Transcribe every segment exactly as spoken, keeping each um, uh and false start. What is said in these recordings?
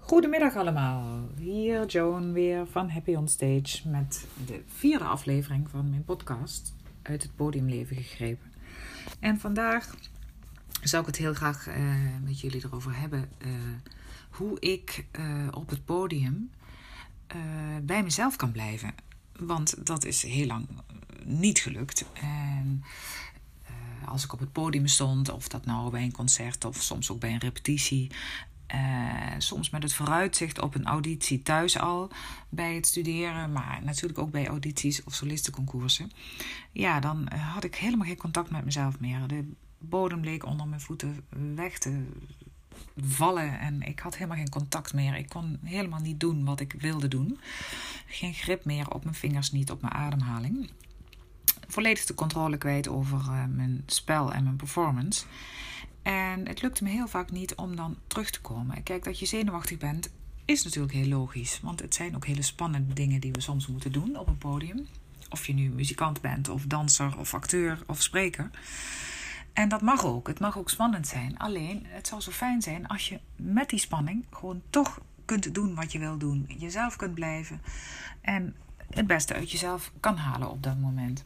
Goedemiddag allemaal, hier Joan weer van Happy on Stage met de vierde aflevering van mijn podcast Uit het podiumleven gegrepen. En vandaag zou ik het heel graag uh, met jullie erover hebben uh, hoe ik uh, op het podium uh, bij mezelf kan blijven. Want dat is heel lang niet gelukt. En uh, als ik op het podium stond, of dat nou bij een concert of soms ook bij een repetitie, Uh, soms met het vooruitzicht op een auditie thuis al bij het studeren, maar natuurlijk ook bij audities of solistenconcoursen. Ja, dan uh, had ik helemaal geen contact met mezelf meer. De bodem leek onder mijn voeten weg te vallen en ik had helemaal geen contact meer. Ik kon helemaal niet doen wat ik wilde doen. Geen grip meer op mijn vingers, niet op mijn ademhaling. Volledig de controle kwijt over uh, mijn spel en mijn performance. En het lukte me heel vaak niet om dan terug te komen. Kijk, dat je zenuwachtig bent is natuurlijk heel logisch. Want het zijn ook hele spannende dingen die we soms moeten doen op een podium. Of je nu muzikant bent, of danser, of acteur, of spreker. En dat mag ook. Het mag ook spannend zijn. Alleen, het zou zo fijn zijn als je met die spanning gewoon toch kunt doen wat je wil doen. Jezelf kunt blijven. En het beste uit jezelf kan halen op dat moment.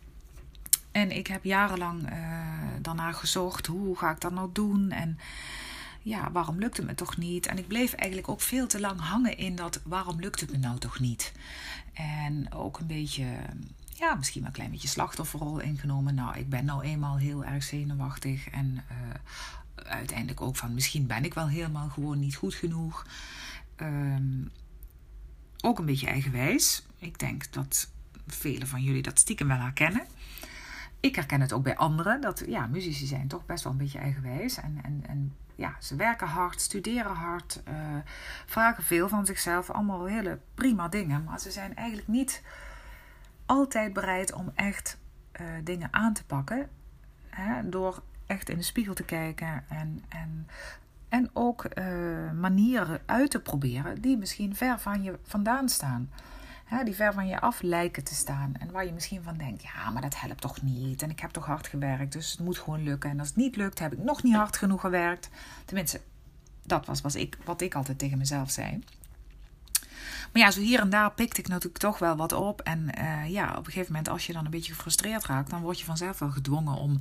En ik heb jarenlang uh, daarna gezocht, hoe ga ik dat nou doen? En ja, waarom lukt het me toch niet? En ik bleef eigenlijk ook veel te lang hangen in dat, waarom lukt het me nou toch niet? En ook een beetje, ja, misschien wel een klein beetje slachtofferrol ingenomen. Nou, ik ben nou eenmaal heel erg zenuwachtig. En uh, uiteindelijk ook van, misschien ben ik wel helemaal gewoon niet goed genoeg. Um, ook een beetje eigenwijs. Ik denk dat velen van jullie dat stiekem wel herkennen. Ik herken het ook bij anderen, dat ja, muzici zijn toch best wel een beetje eigenwijs. En, en, en ja, ze werken hard, studeren hard, uh, vragen veel van zichzelf. Allemaal hele prima dingen. Maar ze zijn eigenlijk niet altijd bereid om echt uh, dingen aan te pakken. Hè, door echt in de spiegel te kijken. En, en, en ook uh, manieren uit te proberen die misschien ver van je vandaan staan. He, die ver van je af lijken te staan. En waar je misschien van denkt, ja, maar dat helpt toch niet. En ik heb toch hard gewerkt, dus het moet gewoon lukken. En als het niet lukt, heb ik nog niet hard genoeg gewerkt. Tenminste, dat was, was ik, wat ik altijd tegen mezelf zei. Maar ja, zo hier en daar pikte ik natuurlijk toch wel wat op. En uh, ja, op een gegeven moment, als je dan een beetje gefrustreerd raakt, dan word je vanzelf wel gedwongen om,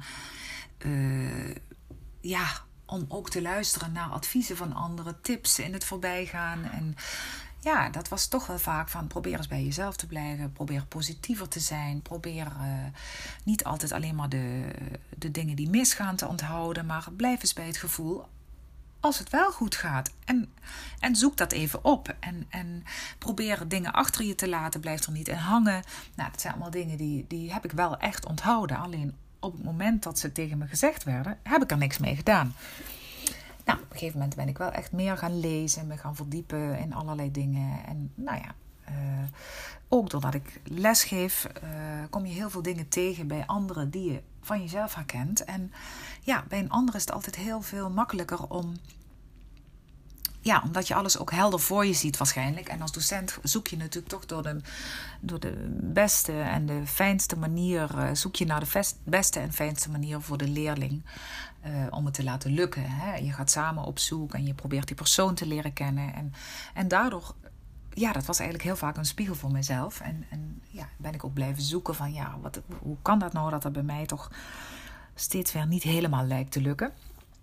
uh, ja, om ook te luisteren naar adviezen van anderen, tips in het voorbijgaan. En ja, dat was toch wel vaak van probeer eens bij jezelf te blijven. Probeer positiever te zijn. Probeer uh, niet altijd alleen maar de, de dingen die misgaan te onthouden. Maar blijf eens bij het gevoel als het wel goed gaat. En, en zoek dat even op. En, en probeer dingen achter je te laten. Blijf er niet in hangen. Nou, dat zijn allemaal dingen die, die heb ik wel echt onthouden. Alleen op het moment dat ze tegen me gezegd werden, heb ik er niks mee gedaan. Nou, op een gegeven moment ben ik wel echt meer gaan lezen, me gaan verdiepen in allerlei dingen. En nou ja, uh, ook doordat ik les geef, uh, kom je heel veel dingen tegen bij anderen die je van jezelf herkent. En ja, bij een ander is het altijd heel veel makkelijker om, ja, omdat je alles ook helder voor je ziet waarschijnlijk. En als docent zoek je natuurlijk toch door de, door de beste en de fijnste manier, uh, zoek je naar de vest, beste en fijnste manier voor de leerling. Uh, om het te laten lukken. Hè? Je gaat samen op zoek en je probeert die persoon te leren kennen. En, en daardoor, ja, dat was eigenlijk heel vaak een spiegel voor mezelf. En, en ja, ben ik ook blijven zoeken van, ja, wat, hoe kan dat nou dat dat bij mij toch steeds weer niet helemaal lijkt te lukken.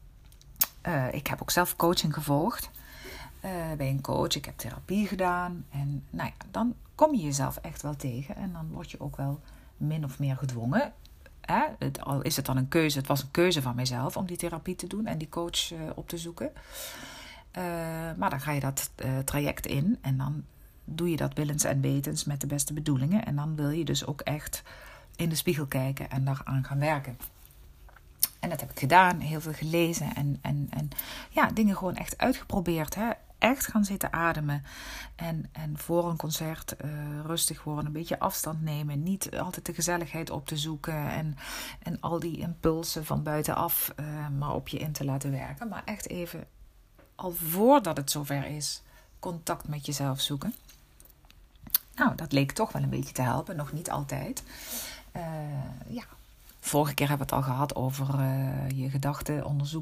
Uh, ik heb ook zelf coaching gevolgd. Uh, bij een coach, ik heb therapie gedaan. En nou ja, dan kom je jezelf echt wel tegen. En dan word je ook wel min of meer gedwongen. Hè? Het, al is het dan een keuze, het was een keuze van mezelf om die therapie te doen en die coach uh, op te zoeken. Uh, maar dan ga je dat uh, traject in en dan doe je dat willens en wetens met de beste bedoelingen. En dan wil je dus ook echt in de spiegel kijken en daaraan gaan werken. En dat heb ik gedaan, heel veel gelezen en, en, en ja, dingen gewoon echt uitgeprobeerd. Hè? Echt gaan zitten ademen. En, en voor een concert uh, rustig worden, een beetje afstand nemen. Niet altijd de gezelligheid op te zoeken. En, en al die impulsen van buitenaf uh, maar op je in te laten werken. Maar echt even, al voordat het zover is, contact met jezelf zoeken. Nou, dat leek toch wel een beetje te helpen. Nog niet altijd. Uh, ja. Vorige keer hebben we het al gehad over uh, je gedachten onderzoeken.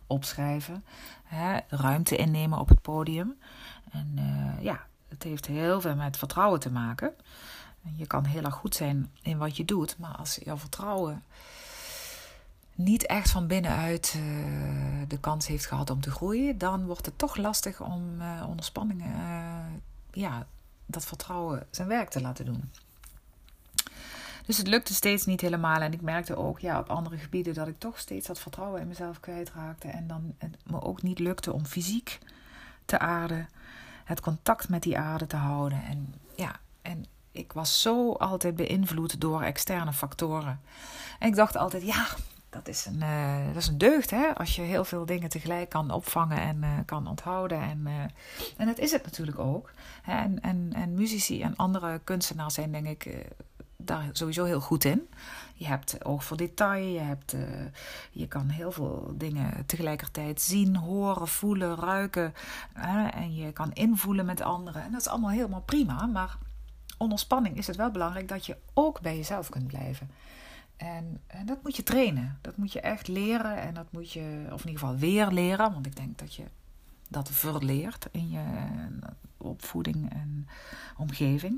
opschrijven. Hè, ruimte innemen op het podium. En uh, ja, het heeft heel veel met vertrouwen te maken. Je kan heel erg goed zijn in wat je doet, maar als jouw vertrouwen niet echt van binnenuit uh, de kans heeft gehad om te groeien, dan wordt het toch lastig om uh, onder spanning uh, ja, dat vertrouwen zijn werk te laten doen. Dus het lukte steeds niet helemaal. En ik merkte ook ja, op andere gebieden dat ik toch steeds dat vertrouwen in mezelf kwijtraakte. En dan het me ook niet lukte om fysiek te aarden. Het contact met die aarde te houden. En ja, en ik was zo altijd beïnvloed door externe factoren. En ik dacht altijd, ja, dat is een, uh, dat is een deugd, hè? Als je heel veel dingen tegelijk kan opvangen en uh, kan onthouden. En, uh, en dat is het natuurlijk ook. Hè? En, en, en muzici en andere kunstenaars zijn, denk ik, uh, daar sowieso heel goed in. Je hebt oog voor detail, je, hebt, uh, je kan heel veel dingen tegelijkertijd zien, horen, voelen, ruiken. Hè? En je kan invoelen met anderen. En dat is allemaal helemaal prima, maar onder spanning is het wel belangrijk dat je ook bij jezelf kunt blijven. En, en dat moet je trainen. Dat moet je echt leren. En dat moet je, of in ieder geval weer leren. Want ik denk dat je dat verleert in je opvoeding en omgeving.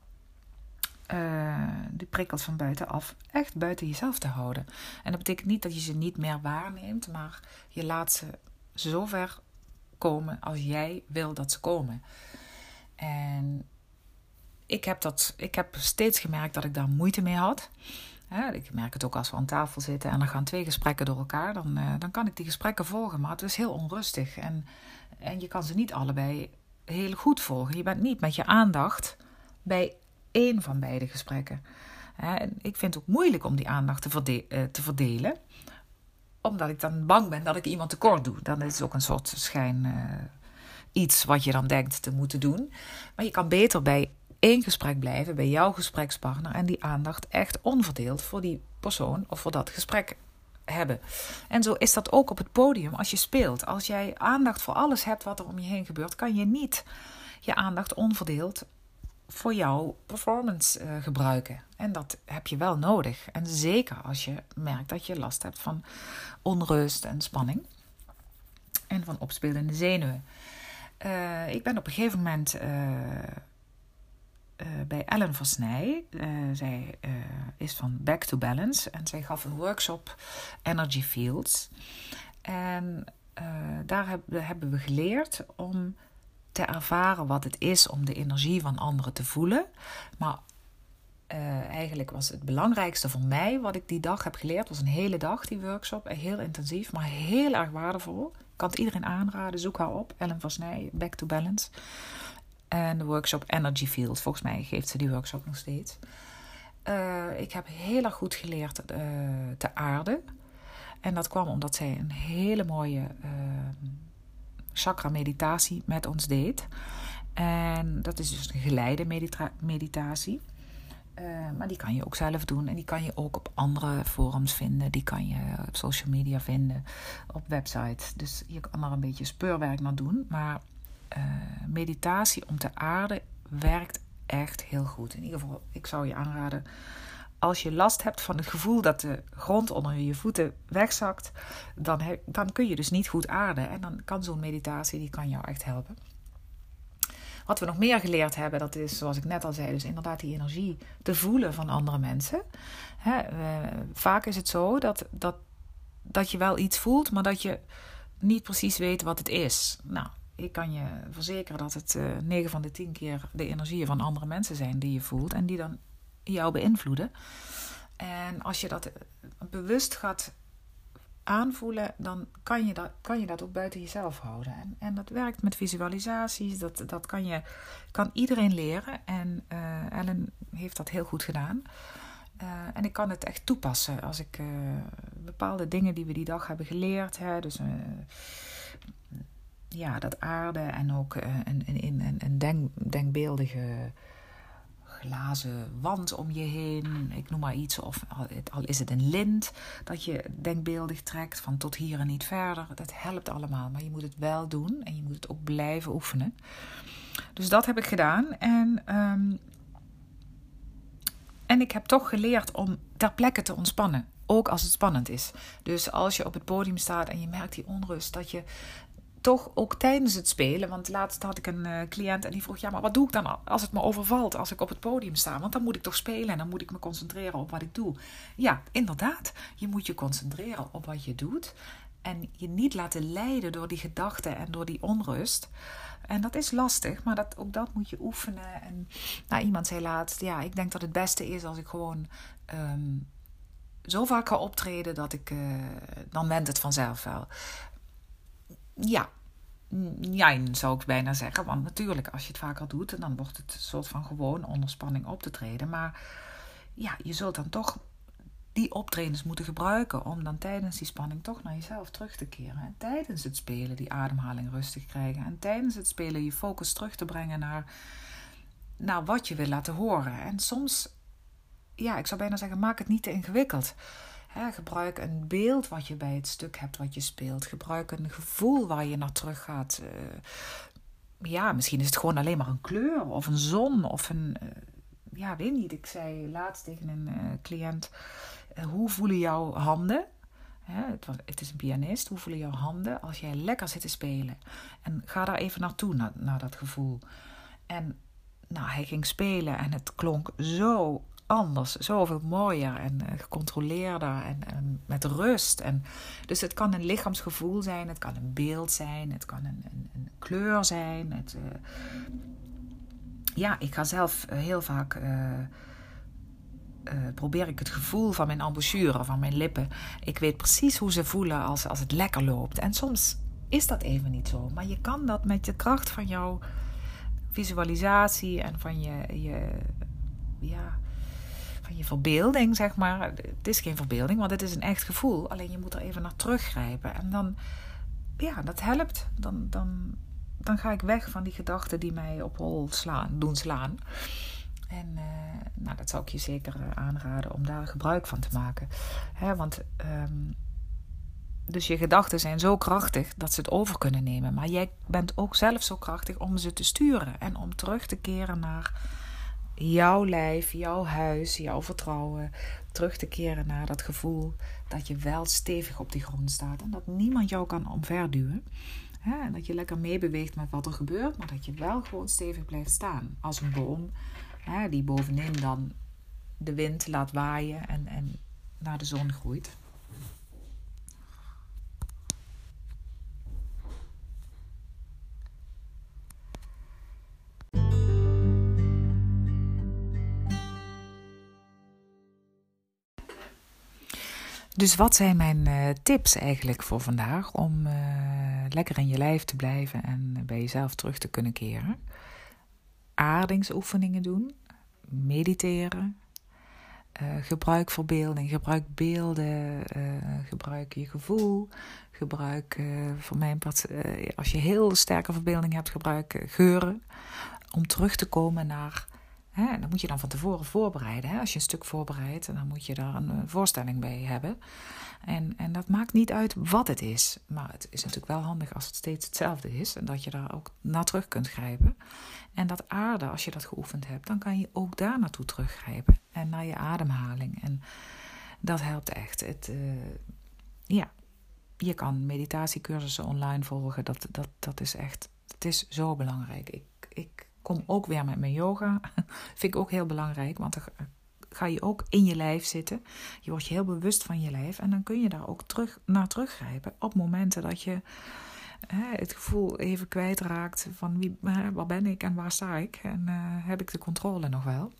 Uh, die prikkels van buitenaf echt buiten jezelf te houden. En dat betekent niet dat je ze niet meer waarneemt. Maar je laat ze zo ver komen als jij wil dat ze komen. En ik heb, dat, ik heb steeds gemerkt dat ik daar moeite mee had. Ja, ik merk het ook als we aan tafel zitten en er gaan twee gesprekken door elkaar. Dan, uh, dan kan ik die gesprekken volgen, maar het is heel onrustig. En, en je kan ze niet allebei heel goed volgen. Je bent niet met je aandacht bij één van beide gesprekken. Ja, en ik vind het ook moeilijk om die aandacht te, verde- uh, te verdelen. Omdat ik dan bang ben dat ik iemand tekort doe. Dan is het ook een soort schijn uh, iets wat je dan denkt te moeten doen. Maar je kan beter bij één gesprek blijven bij jouw gesprekspartner en die aandacht echt onverdeeld voor die persoon of voor dat gesprek hebben. En zo is dat ook op het podium als je speelt. Als jij aandacht voor alles hebt wat er om je heen gebeurt, kan je niet je aandacht onverdeeld voor jouw performance uh, gebruiken. En dat heb je wel nodig. En zeker als je merkt dat je last hebt van onrust en spanning en van opspelende zenuwen. Uh, ik ben op een gegeven moment Uh, Uh, bij Ellen Versnij. Uh, zij uh, is van Back to Balance. En zij gaf een workshop Energy Fields. En uh, daar heb, hebben we geleerd om te ervaren wat het is om de energie van anderen te voelen. Maar uh, eigenlijk was het belangrijkste voor mij wat ik die dag heb geleerd. Was een hele dag die workshop. Heel intensief, maar heel erg waardevol. Ik kan het iedereen aanraden. Zoek haar op. Ellen Versnij, Back to Balance. En de workshop Energy Field. Volgens mij geeft ze die workshop nog steeds. Uh, ik heb heel erg goed geleerd uh, te aarden. En dat kwam omdat zij een hele mooie uh, chakra meditatie met ons deed. En dat is dus een geleide medita- meditatie. Uh, maar die kan je ook zelf doen. En die kan je ook op andere forums vinden. Die kan je op social media vinden. Op websites. Dus je kan er een beetje speurwerk naar doen. Maar Uh, meditatie om te aarden werkt echt heel goed. In ieder geval, ik zou je aanraden, als je last hebt van het gevoel dat de grond onder je voeten wegzakt, dan, he, dan kun je dus niet goed aarden. En dan kan zo'n meditatie, die kan jou echt helpen. Wat we nog meer geleerd hebben, dat is, zoals ik net al zei, dus inderdaad die energie te voelen van andere mensen. Hè, uh, vaak is het zo dat, dat, dat je wel iets voelt, maar dat je niet precies weet wat het is. Nou, ik kan je verzekeren dat het uh, negen van de tien keer de energieën van andere mensen zijn die je voelt en die dan jou beïnvloeden. En als je dat bewust gaat aanvoelen, dan kan je dat, kan je dat ook buiten jezelf houden. En, en dat werkt met visualisaties, dat, dat kan, je, kan iedereen leren. En uh, Ellen heeft dat heel goed gedaan. Uh, en ik kan het echt toepassen als ik uh, bepaalde dingen die we die dag hebben geleerd, hè, dus Uh, ja, dat aarden en ook uh, een, een, een denk, denkbeeldige glazen wand om je heen. Ik noem maar iets, of al is het een lint dat je denkbeeldig trekt van tot hier en niet verder. Dat helpt allemaal, maar je moet het wel doen en je moet het ook blijven oefenen. Dus dat heb ik gedaan en, um, en ik heb toch geleerd om ter plekke te ontspannen. ook als het spannend is. Dus als je op het podium staat en je merkt die onrust, dat je toch ook tijdens het spelen, want laatst had ik een uh, cliënt en die vroeg, ja, maar wat doe ik dan als het me overvalt als ik op het podium sta? Want dan moet ik toch spelen en dan moet ik me concentreren op wat ik doe. Ja, inderdaad, je moet je concentreren op wat je doet en je niet laten leiden door die gedachten en door die onrust. En dat is lastig, maar dat, ook dat moet je oefenen. En nou, iemand zei laatst, ja, ik denk dat het beste is als ik gewoon um, zo vaak ga optreden dat ik, uh, dan went het vanzelf wel. Ja, ja, zou ik bijna zeggen. Want natuurlijk, als je het vaker doet, dan wordt het een soort van gewoon onder spanning op te treden. Maar ja, je zult dan toch die optredens moeten gebruiken om dan tijdens die spanning toch naar jezelf terug te keren. En tijdens het spelen die ademhaling rustig krijgen. En tijdens het spelen je focus terug te brengen naar, naar wat je wil laten horen. En soms, ja, ik zou bijna zeggen, maak het niet te ingewikkeld. He, gebruik een beeld wat je bij het stuk hebt wat je speelt. Gebruik een gevoel waar je naar terug gaat. Uh, ja, misschien is het gewoon alleen maar een kleur of een zon of een... Uh, ja, weet niet. Ik zei laatst tegen een uh, cliënt, uh, hoe voelen jouw handen? He, het, was, het is een pianist. Hoe voelen jouw handen als jij lekker zit te spelen? En ga daar even naartoe, naar, naar dat gevoel. En nou, hij ging spelen en het klonk zo anders, zoveel mooier en uh, gecontroleerder en, en met rust. En, dus het kan een lichaamsgevoel zijn, het kan een beeld zijn, het kan een, een, een kleur zijn. Het, uh, ja, ik ga zelf uh, heel vaak... Uh, Uh, probeer ik het gevoel van mijn embouchure, van mijn lippen. Ik weet precies hoe ze voelen als, als het lekker loopt. En soms is dat even niet zo. Maar je kan dat met de kracht van jouw visualisatie en van je, je, ja, van je verbeelding, zeg maar. Het is geen verbeelding, want het is een echt gevoel. Alleen je moet er even naar teruggrijpen. En dan, ja, dat helpt. Dan, dan, dan ga ik weg van die gedachten die mij op hol slaan, doen slaan. En uh, nou, dat zou ik je zeker uh, aanraden om daar gebruik van te maken. Hè, want um, dus je gedachten zijn zo krachtig dat ze het over kunnen nemen. Maar jij bent ook zelf zo krachtig om ze te sturen. En om terug te keren naar jouw lijf, jouw huis, jouw vertrouwen. Terug te keren naar dat gevoel dat je wel stevig op die grond staat. En dat niemand jou kan omverduwen. Hè, en dat je lekker meebeweegt met wat er gebeurt. Maar dat je wel gewoon stevig blijft staan. Als een boom. Hè, die bovenin dan de wind laat waaien en, en naar de zon groeit. Dus wat zijn mijn uh, tips eigenlijk voor vandaag om uh, lekker in je lijf te blijven en bij jezelf terug te kunnen keren? Aardingsoefeningen doen, mediteren, uh, gebruik verbeelding, gebruik beelden, uh, gebruik je gevoel, gebruik uh, voor mijn part, uh, als je heel sterke verbeelding hebt, gebruik uh, geuren om terug te komen naar, hè, dat moet je dan van tevoren voorbereiden. Hè? Als je een stuk voorbereidt, dan moet je daar een uh, voorstelling bij hebben. En, en dat maakt niet uit wat het is. Maar het is natuurlijk wel handig als het steeds hetzelfde is. En dat je daar ook naar terug kunt grijpen. En dat aarde, als je dat geoefend hebt, dan kan je ook daar naartoe teruggrijpen. En naar je ademhaling. En dat helpt echt. Het, uh, ja, je kan meditatiecursussen online volgen. Dat, dat, dat is echt, het is zo belangrijk. Ik, ik kom ook weer met mijn yoga. Vind ik ook heel belangrijk, want dan ga je ook in je lijf zitten. Je wordt je heel bewust van je lijf. En dan kun je daar ook terug naar teruggrijpen. Op momenten dat je hè, het gevoel even kwijtraakt van wie, waar ben ik en waar sta ik. En uh, heb ik de controle nog wel.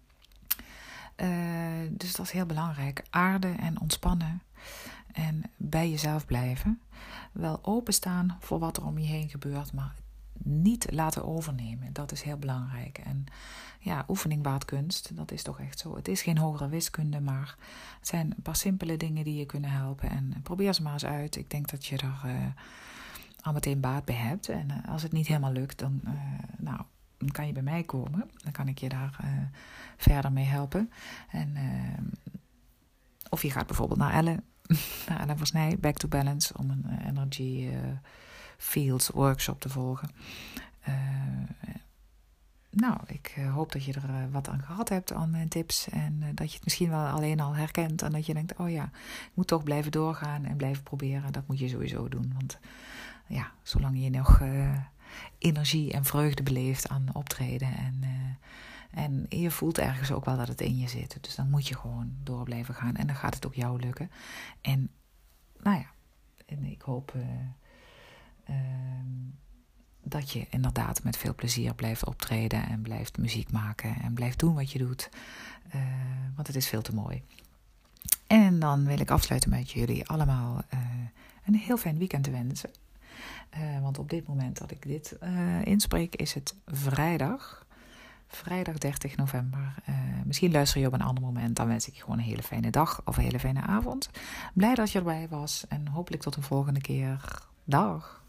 Uh, dus dat is heel belangrijk. Aarden en ontspannen. En bij jezelf blijven. Wel openstaan voor wat er om je heen gebeurt, maar niet laten overnemen. Dat is heel belangrijk. En ja, oefening baart kunst. Dat is toch echt zo. Het is geen hogere wiskunde, maar het zijn een paar simpele dingen die je kunnen helpen. En probeer ze maar eens uit. Ik denk dat je er uh, al meteen baat bij hebt. En uh, als het niet helemaal lukt, dan, uh, nou, dan kan je bij mij komen. Dan kan ik je daar uh, verder mee helpen. En, uh, of je gaat bijvoorbeeld naar Ellen, naar Ellen Versnij, Back to Balance, om een uh, energy uh, Fields workshop te volgen. Uh, nou, ik uh, hoop dat je er uh, wat aan gehad hebt aan mijn tips. En uh, dat je het misschien wel alleen al herkent. En dat je denkt, oh ja, ik moet toch blijven doorgaan en blijven proberen. Dat moet je sowieso doen. Want ja, zolang je nog uh, energie en vreugde beleeft aan optreden. En, uh, en je voelt ergens ook wel dat het in je zit. Dus dan moet je gewoon door blijven gaan. En dan gaat het ook jou lukken. En nou ja, en ik hoop... Uh, uh, dat je inderdaad met veel plezier blijft optreden en blijft muziek maken en blijft doen wat je doet. Uh, want het is veel te mooi. En dan wil ik afsluiten met jullie allemaal uh, een heel fijn weekend te wensen. Uh, want op dit moment dat ik dit uh, inspreek is het vrijdag. Vrijdag dertig november. Uh, misschien luister je op een ander moment. Dan wens ik je gewoon een hele fijne dag of een hele fijne avond. Blij dat je erbij was en hopelijk tot de volgende keer. Dag!